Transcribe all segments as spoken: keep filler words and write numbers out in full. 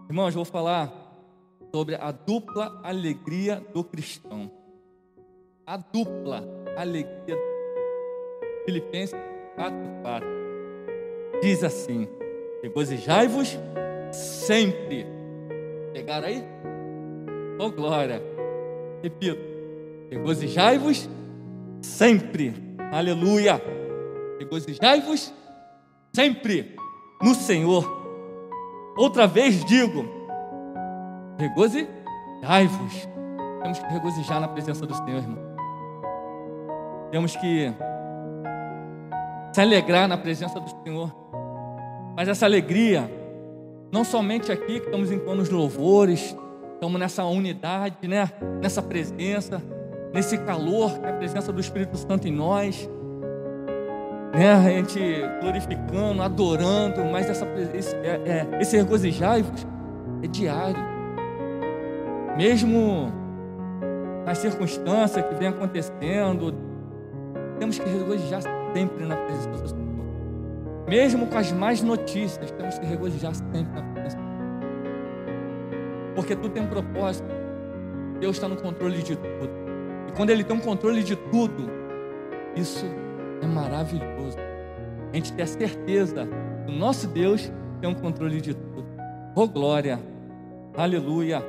Irmãos, vou falar sobre a dupla alegria do cristão. A dupla alegria. Filipenses quatro, quatro diz assim: regozijai-vos sempre. Pegaram aí? Oh, glória. Repito: regozijai-vos sempre. Aleluia. Regozijai-vos sempre no Senhor. Outra vez digo: regozijai-vos. Temos que regozijar na presença do Senhor, irmão. Temos que se alegrar na presença do Senhor. Mas essa alegria, não somente aqui que estamos entoando os louvores, estamos nessa unidade, né? Nessa presença, nesse calor, que é a presença do Espírito Santo em nós, né? A gente glorificando, adorando, mas essa, esse, é, é, esse regozijai-vos é diário. Mesmo nas circunstâncias que vem acontecendo, temos que regozijar sempre na presença do Senhor. Mesmo com as más notícias, temos que regozijar sempre na presença do Senhor. Porque tudo tem um propósito. Deus está no controle de tudo. E quando Ele tem um controle de tudo, isso é maravilhoso. A gente tem a certeza que o nosso Deus tem um controle de tudo. Oh, glória! Aleluia!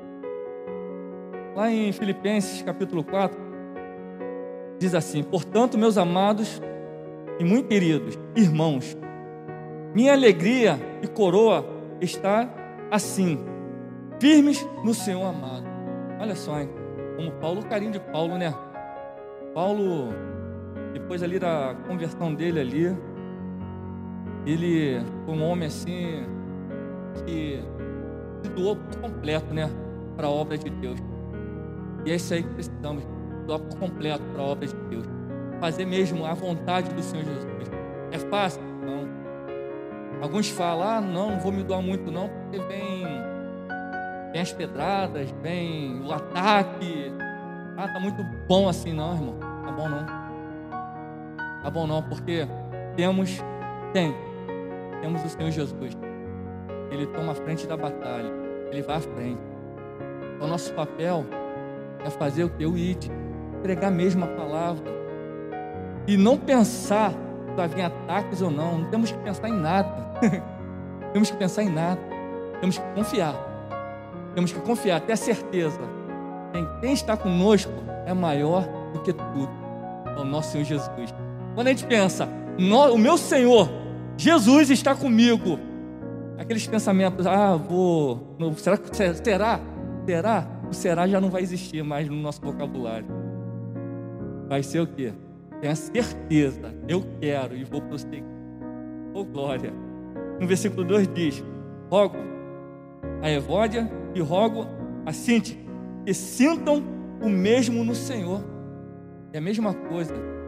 Lá em Filipenses capítulo quatro, diz assim: portanto, meus amados e muito queridos irmãos, minha alegria e coroa está assim, firmes no Senhor amado. Olha só, hein? Como Paulo, o carinho de Paulo, né? Paulo, depois ali da conversão dele ali, ele foi um homem assim que se doou por completo, né, para a obra de Deus. E é isso aí que precisamos, doar por completo para a obra de Deus. Fazer mesmo a vontade do Senhor Jesus. É fácil? Não. Alguns falam: ah, não, não vou me doar muito não, porque vem, vem as pedradas, vem o ataque. Ah, tá muito bom assim. Não, irmão, tá bom não. Tá bom não, porque temos, tem, temos o Senhor Jesus. Ele toma a frente da batalha, Ele vai à frente. Então, nosso papel é fazer o que? O id, pregar mesmo a palavra. E não pensar se vai vir ataques ou não. Não temos que pensar em nada. Temos que pensar em nada. Temos que confiar. Temos que confiar, ter a certeza. Quem, quem está conosco é maior do que tudo. É o nosso Senhor Jesus. Quando a gente pensa, no, o meu Senhor, Jesus está comigo. Aqueles pensamentos: ah, vou... Não, será que será? Será? O será já não vai existir mais no nosso vocabulário. Vai ser o quê? Tenha certeza, eu quero e vou prosseguir. Oh, glória! No versículo dois diz: rogo a Evódia e rogo a Síntia que sintam o mesmo no Senhor. É a mesma coisa.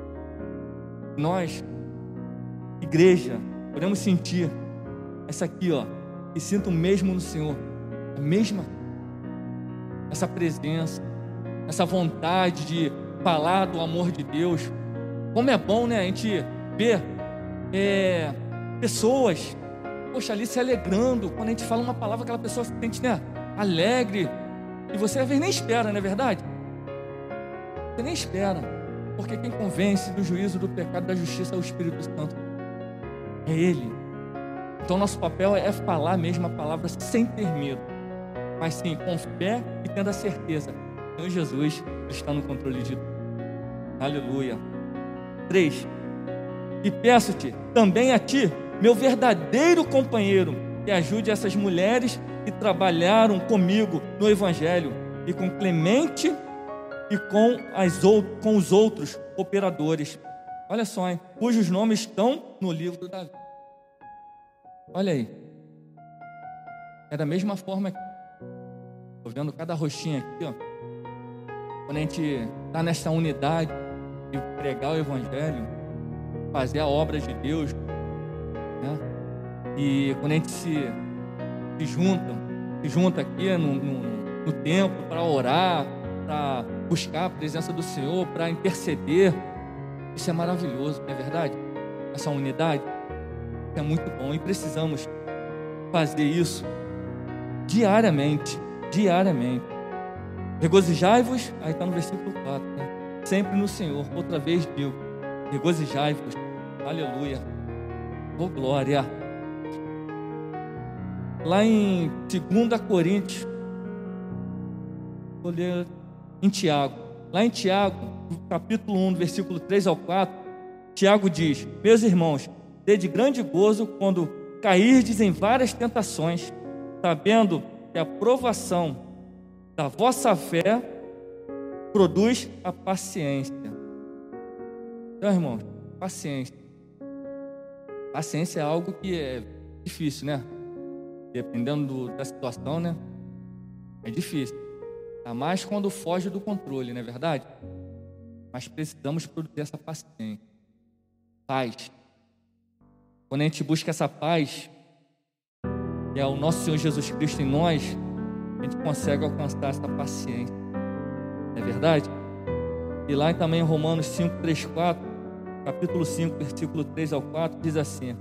Nós, igreja, podemos sentir essa aqui, ó, que sintam o mesmo no Senhor. A mesma, essa presença, essa vontade de falar do amor de Deus. Como é bom, né, a gente ver é, pessoas, poxa, ali se alegrando, quando a gente fala uma palavra, aquela pessoa se sente, né, alegre, e você às vezes nem espera, não é verdade? Você nem espera, porque quem convence do juízo, do pecado, da justiça é o Espírito Santo, é Ele. Então nosso papel é falar mesmo a palavra sem ter medo, mas sim com fé e tendo a certeza que o Jesus está no controle de tudo. Aleluia. três. E peço-te também a ti, meu verdadeiro companheiro, que ajude essas mulheres que trabalharam comigo no Evangelho, e com Clemente e com, as, com os outros cooperadores. Olha só, hein? Cujos nomes estão no livro da vida. Olha aí. É da mesma forma que estou vendo cada rostinho aqui, ó. Quando a gente está nessa unidade de pregar o Evangelho, fazer a obra de Deus, né? E quando a gente se, se junta, se junta aqui no, no, no templo para orar, para buscar a presença do Senhor, para interceder, isso é maravilhoso, não é verdade? Essa unidade é muito bom e precisamos fazer isso diariamente, diariamente. Regozijai-vos, aí está no versículo quatro, né? Sempre no Senhor. Outra vez digo, regozijai-vos. Aleluia. Oh, glória. Lá em dois Coríntios, vou ler em Tiago. Lá em Tiago, capítulo um, versículo três ao quatro, Tiago diz: meus irmãos, tede grande gozo quando cairdes em várias tentações, sabendo que a provação da vossa fé produz a paciência. Então, irmãos, paciência. Paciência é algo que é difícil, né? Dependendo do, da situação, né? É difícil. Ainda mais quando foge do controle, não é verdade? Mas precisamos produzir essa paciência. Paz. Quando a gente busca essa paz, que é o nosso Senhor Jesus Cristo em nós, a gente consegue alcançar essa paciência. Não é verdade? E lá também em Romanos cinco, três, quatro, capítulo cinco, versículo três ao quatro, diz assim: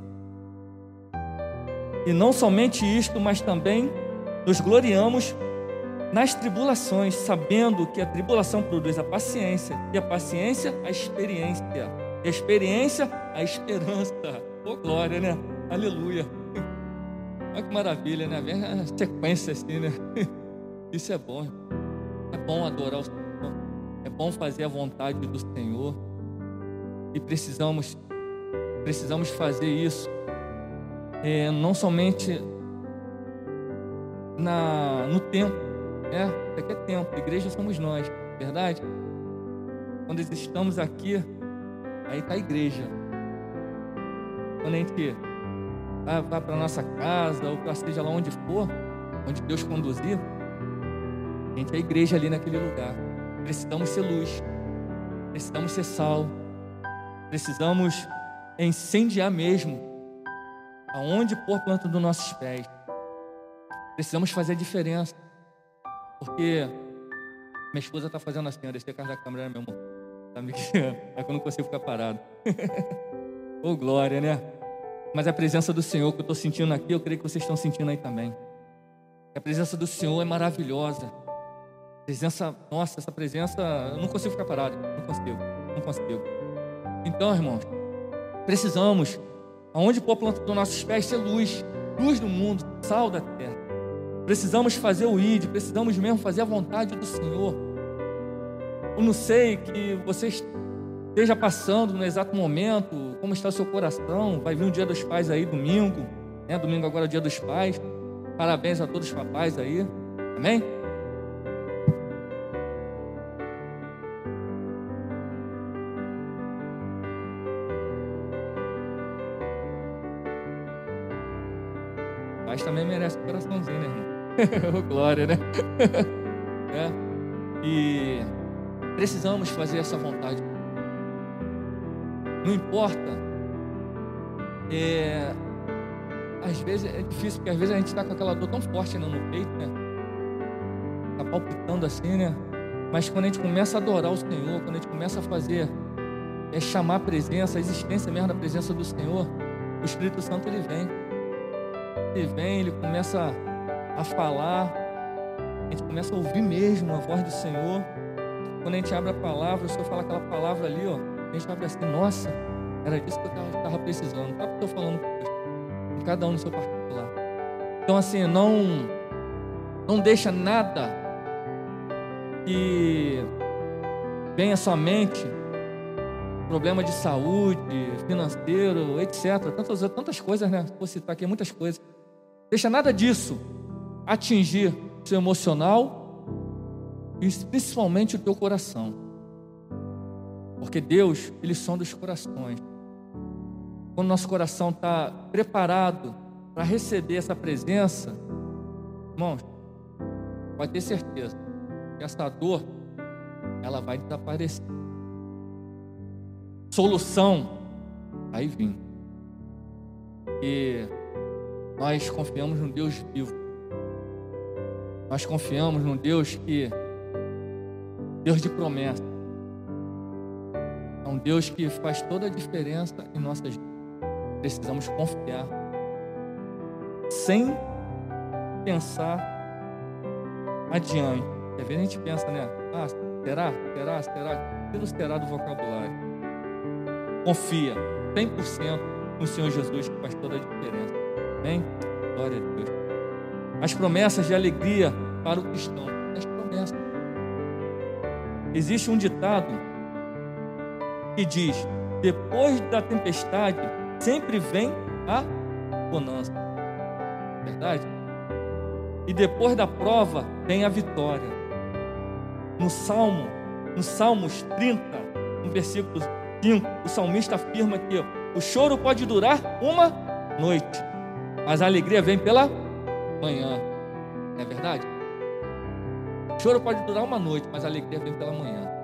e não somente isto, mas também nos gloriamos nas tribulações, sabendo que a tribulação produz a paciência, e a paciência a experiência, e a experiência a esperança. Oh, glória, né? Aleluia. Olha que maravilha, né? Vem a sequência assim, né? Isso é bom. É bom adorar o Senhor. É bom fazer a vontade do Senhor. E precisamos, precisamos fazer isso. É, não somente na, no tempo, né? Isso aqui é tempo, a igreja somos nós, verdade? Quando estamos aqui, aí está a igreja. Quando a gente vai, vai para a nossa casa, ou para seja lá onde for, onde Deus conduzir, a gente é a igreja ali naquele lugar. Precisamos ser luz, precisamos ser sal, precisamos incendiar mesmo aonde pôr a planta dos nossos pés. Precisamos fazer a diferença, porque minha esposa está fazendo assim, ó, descer a casa da câmera, né, meu amor? Tá me guiando, é que eu não consigo ficar parado. Oh, glória, né? Mas a presença do Senhor que eu estou sentindo aqui, eu creio que vocês estão sentindo aí também. A presença do Senhor é maravilhosa. A presença, nossa, essa presença, eu não consigo ficar parado, não consigo, não consigo. Então, irmãos, precisamos, aonde pôr a planta dos nossos pés, ser luz, luz do mundo, sal da terra. Precisamos fazer o I D, precisamos mesmo fazer a vontade do Senhor. Eu não sei que você esteja passando no exato momento, como está o seu coração. Vai vir o Dia dos Pais aí, domingo, né? Domingo agora é o Dia dos Pais. Parabéns a todos os papais aí, amém? Pais também merece um coraçãozinho, né, irmão? Glória, né? É. E precisamos fazer essa vontade. Não importa. É, às vezes é difícil, porque às vezes a gente está com aquela dor tão forte, né, no peito, né? Está palpitando assim, né? Mas quando a gente começa a adorar o Senhor, quando a gente começa a fazer, é chamar a presença, a existência mesmo da presença do Senhor, o Espírito Santo ele vem. Ele vem, ele começa a falar, a gente começa a ouvir mesmo a voz do Senhor. Quando a gente abre a palavra, o Senhor fala aquela palavra ali, ó, a gente abre assim, nossa, era disso que eu estava precisando. Sabe o que eu estou falando com cada um no seu particular. Então assim, não, não deixa nada que venha somente problema de saúde, financeiro, etcétera. Tantas, tantas coisas, né? Vou citar aqui muitas coisas. Deixa nada disso atingir o seu emocional e principalmente o teu coração. Porque Deus, Ele sonda os corações. Quando nosso coração está preparado para receber essa presença, irmãos, pode ter certeza que essa dor, ela vai desaparecer. Solução vai vir. E nós confiamos no Deus vivo. Nós confiamos no Deus que Deus de promessa. É um Deus que faz toda a diferença em nossas vidas. Precisamos confiar sem pensar adiante. Às vezes a gente pensa, né? Ah, será? Será? Será? Tira o será do vocabulário. Confia cem por cento no Senhor Jesus, que faz toda a diferença. Amém? Glória a Deus. As promessas de alegria para o cristão. As promessas. Existe um ditado que diz: depois da tempestade sempre vem a bonança. Verdade? E depois da prova vem a vitória. No Salmo, no Salmos trinta, no versículo cinco, o salmista afirma que o choro pode durar uma noite, mas a alegria vem pela manhã. Não é verdade? O choro pode durar uma noite, mas a alegria vem pela manhã.